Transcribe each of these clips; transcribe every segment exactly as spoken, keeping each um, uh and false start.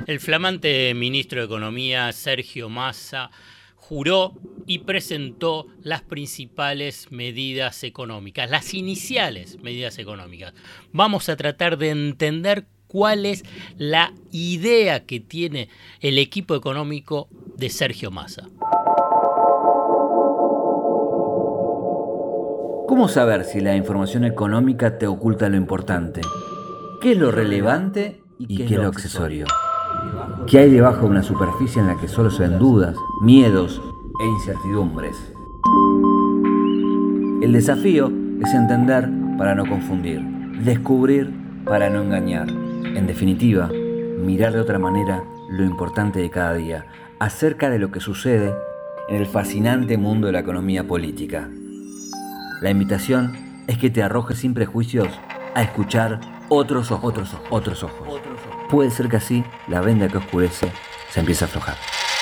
El flamante ministro de Economía, Sergio Massa, juró y presentó las principales medidas económicas, las iniciales medidas económicas. Vamos a tratar de entender cuál es la idea que tiene el equipo económico de Sergio Massa. ¿Cómo saber si la información económica te oculta lo importante? ¿Qué es lo relevante y qué es lo accesorio? ¿Qué hay debajo de una superficie en la que solo se ven dudas, miedos e incertidumbres? El desafío es entender para no confundir, descubrir para no engañar. En definitiva, mirar de otra manera lo importante de cada día, acerca de lo que sucede en el fascinante mundo de la economía política. La invitación es que te arrojes sin prejuicios a escuchar otros ojos, otros ojos, otros ojos. Otros ojos. Puede ser que así la venda que oscurece se empiece a aflojar.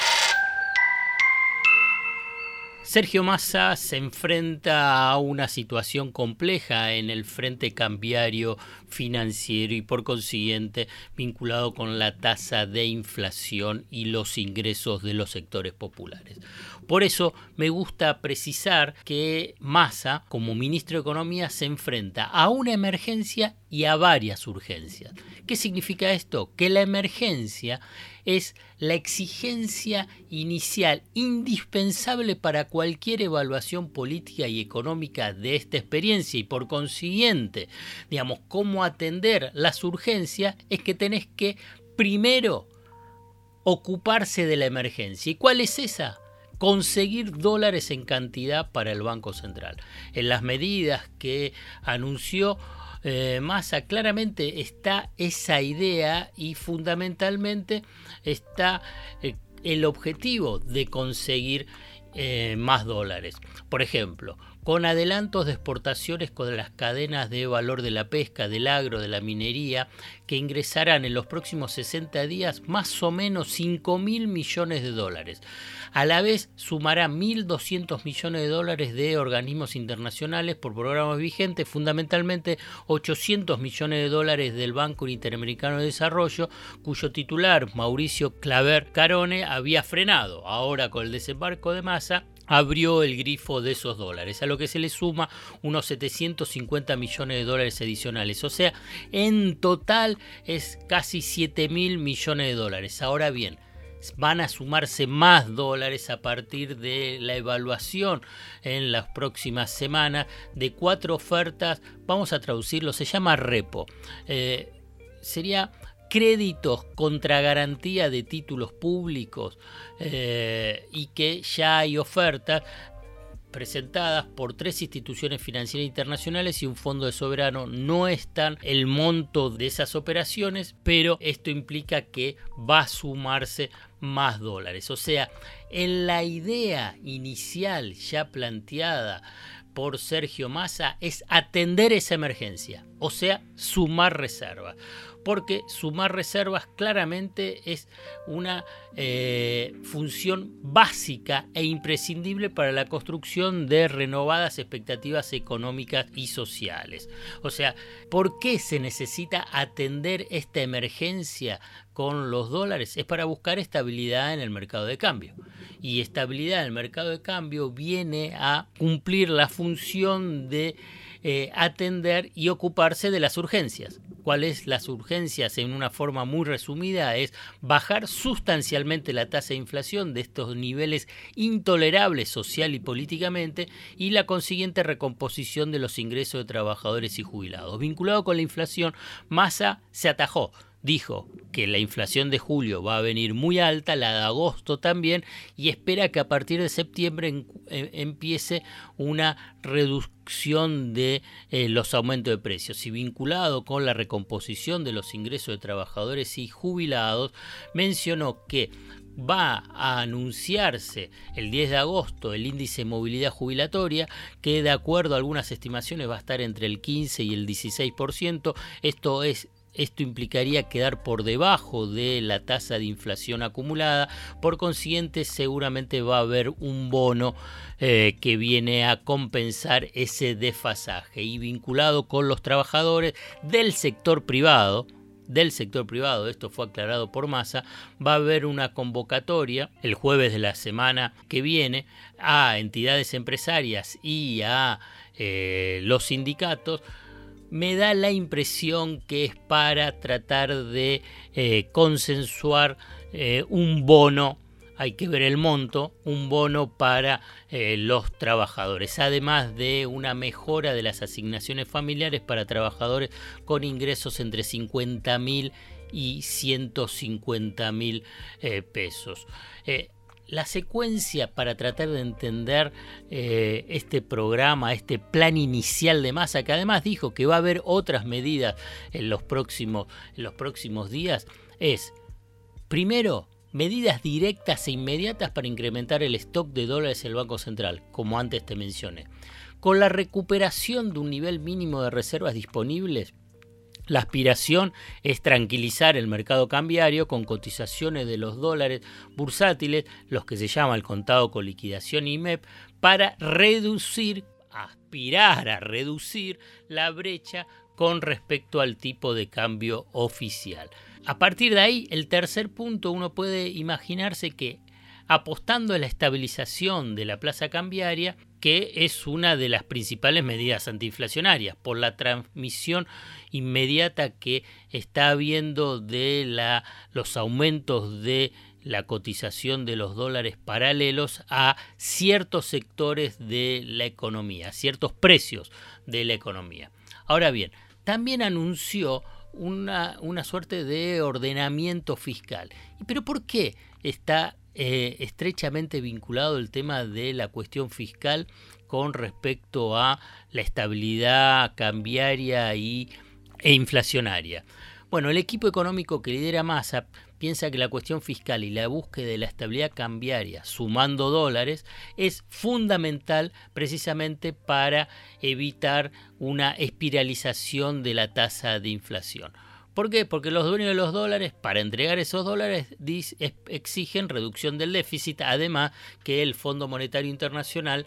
Sergio Massa se enfrenta a una situación compleja en el frente cambiario financiero y por consiguiente vinculado con la tasa de inflación y los ingresos de los sectores populares. Por eso me gusta precisar que Massa, como ministro de Economía, se enfrenta a una emergencia y a varias urgencias. ¿Qué significa esto? Que la emergencia es la exigencia inicial indispensable para cualquier evaluación política y económica de esta experiencia y por consiguiente, digamos, cómo atender las urgencias es que tenés que primero ocuparse de la emergencia. ¿Y cuál es esa? Conseguir dólares en cantidad para el Banco Central. En las medidas que anunció eh, Massa claramente está esa idea y fundamentalmente está eh, el objetivo de conseguir eh, más dólares. Por ejemplo, con adelantos de exportaciones con las cadenas de valor de la pesca, del agro, de la minería, que ingresarán en los próximos sesenta días más o menos cinco mil millones de dólares. A la vez sumará mil doscientos millones de dólares de organismos internacionales por programas vigentes, fundamentalmente ochocientos millones de dólares del Banco Interamericano de Desarrollo, cuyo titular, Mauricio Claver Carone, había frenado. Ahora, con el desembarco de Massa, abrió el grifo de esos dólares, a lo que se le suma unos setecientos cincuenta millones de dólares adicionales. O sea, en total es casi siete mil millones de dólares. Ahora bien, van a sumarse más dólares a partir de la evaluación en las próximas semanas de cuatro ofertas. Vamos a traducirlo, se llama repo. Eh, sería créditos contra garantía de títulos públicos eh, y que ya hay ofertas presentadas por tres instituciones financieras internacionales y un fondo de soberano. No están el monto de esas operaciones, pero esto implica que va a sumarse más dólares. O sea, en la idea inicial ya planteada por Sergio Massa es atender esa emergencia, o sea, sumar reservas. Porque sumar reservas claramente es una eh, función básica e imprescindible para la construcción de renovadas expectativas económicas y sociales. O sea, ¿por qué se necesita atender esta emergencia con los dólares? Es para buscar estabilidad en el mercado de cambio. Y estabilidad en el mercado de cambio viene a cumplir la función de eh, atender y ocuparse de las urgencias. ¿Cuáles las urgencias? En una forma muy resumida es bajar sustancialmente la tasa de inflación de estos niveles intolerables social y políticamente y la consiguiente recomposición de los ingresos de trabajadores y jubilados. Vinculado con la inflación, Massa se atajó. Dijo que la inflación de julio va a venir muy alta, la de agosto también, y espera que a partir de septiembre en, en, empiece una reducción de eh, los aumentos de precios. Y vinculado con la recomposición de los ingresos de trabajadores y jubilados, mencionó que va a anunciarse el diez de agosto el índice de movilidad jubilatoria, que de acuerdo a algunas estimaciones va a estar entre el quince y el dieciséis por ciento. Esto es Esto implicaría quedar por debajo de la tasa de inflación acumulada, por consiguiente seguramente va a haber un bono eh, que viene a compensar ese desfasaje. Y vinculado con los trabajadores del sector privado, del sector privado, esto fue aclarado por Massa, va a haber una convocatoria el jueves de la semana que viene a entidades empresarias y a eh, los sindicatos. Me da la impresión que es para tratar de eh, consensuar eh, un bono, hay que ver el monto, un bono para eh, los trabajadores, además de una mejora de las asignaciones familiares para trabajadores con ingresos entre cincuenta mil y ciento cincuenta mil eh, pesos. Eh, La secuencia para tratar de entender eh, este programa, este plan inicial de Massa, que además dijo que va a haber otras medidas en los próximos, en los próximos días, es, primero, medidas directas e inmediatas para incrementar el stock de dólares en el Banco Central, como antes te mencioné. Con la recuperación de un nivel mínimo de reservas disponibles, la aspiración es tranquilizar el mercado cambiario con cotizaciones de los dólares bursátiles, los que se llama el contado con liquidación I M E P, para reducir, aspirar a reducir la brecha con respecto al tipo de cambio oficial. A partir de ahí, el tercer punto, uno puede imaginarse que apostando a la estabilización de la plaza cambiaria, que es una de las principales medidas antiinflacionarias, por la transmisión inmediata que está habiendo de la, los aumentos de la cotización de los dólares paralelos a ciertos sectores de la economía, a ciertos precios de la economía. Ahora bien, también anunció una, una suerte de ordenamiento fiscal. ¿Pero por qué está eh, estrechamente vinculado el tema de la cuestión fiscal con respecto a la estabilidad cambiaria y, e inflacionaria? Bueno, el equipo económico que lidera Massa piensa que la cuestión fiscal y la búsqueda de la estabilidad cambiaria sumando dólares es fundamental precisamente para evitar una espiralización de la tasa de inflación. ¿Por qué? Porque los dueños de los dólares, para entregar esos dólares, exigen reducción del déficit, además que el Fondo Monetario Internacional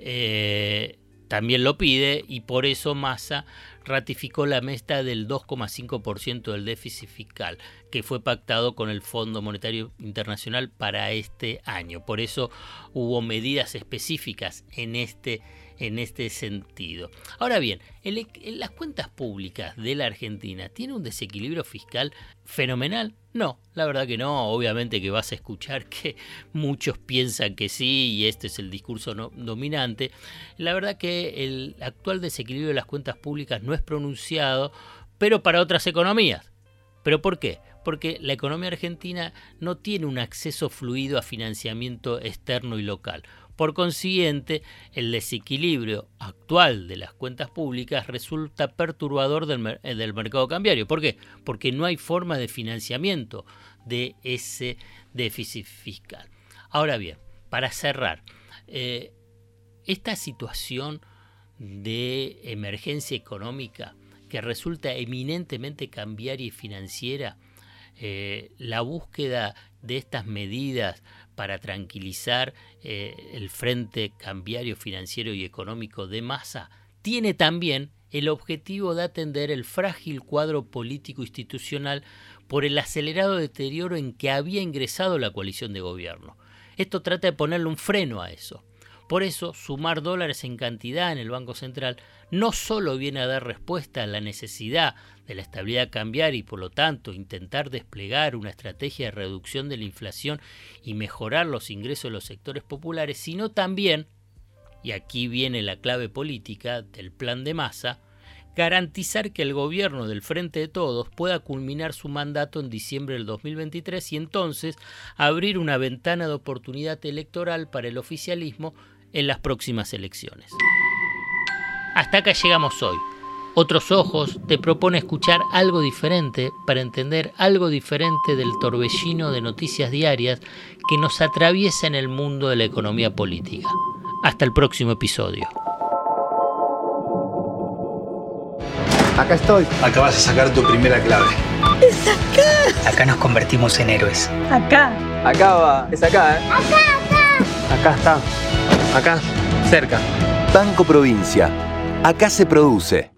eh, también lo pide, y por eso Massa ratificó la meta del dos coma cinco por ciento del déficit fiscal que fue pactado con el Fondo Monetario Internacional para este año. Por eso hubo medidas específicas en este, en este sentido. Ahora bien, el, en las cuentas públicas de la Argentina, ¿tiene un desequilibrio fiscal fenomenal? No, la verdad que no. Obviamente que vas a escuchar que muchos piensan que sí, y este es el discurso no, dominante. La verdad que el actual desequilibrio de las cuentas públicas no es pronunciado, pero para otras economías. ¿Pero por qué? Porque la economía argentina no tiene un acceso fluido a financiamiento externo y local. Por consiguiente, el desequilibrio actual de las cuentas públicas resulta perturbador del, mer- del mercado cambiario. ¿Por qué? Porque no hay forma de financiamiento de ese déficit fiscal. Ahora bien, para cerrar, eh, esta situación de emergencia económica que resulta eminentemente cambiaria y financiera, eh, la búsqueda de estas medidas para tranquilizar eh, el frente cambiario, financiero y económico de Massa, tiene también el objetivo de atender el frágil cuadro político institucional por el acelerado deterioro en que había ingresado la coalición de gobierno. Esto trata de ponerle un freno a eso. Por eso, sumar dólares en cantidad en el Banco Central no solo viene a dar respuesta a la necesidad de la estabilidad cambiaria y, por lo tanto, intentar desplegar una estrategia de reducción de la inflación y mejorar los ingresos de los sectores populares, sino también, y aquí viene la clave política del plan de Massa, garantizar que el gobierno del Frente de Todos pueda culminar su mandato en diciembre del dos mil veintitrés y entonces abrir una ventana de oportunidad electoral para el oficialismo en las próximas elecciones. Hasta acá llegamos hoy. Otros Ojos te propone escuchar algo diferente para entender algo diferente del torbellino de noticias diarias que nos atraviesa en el mundo de la economía política. Hasta el próximo episodio. Acá estoy. Acá vas a sacar tu primera clave. ¡Es acá! Acá nos convertimos en héroes. Acá. Acá va. Es acá, ¿eh? Acá, acá. Acá está. Acá, cerca. Banco Provincia. Acá se produce.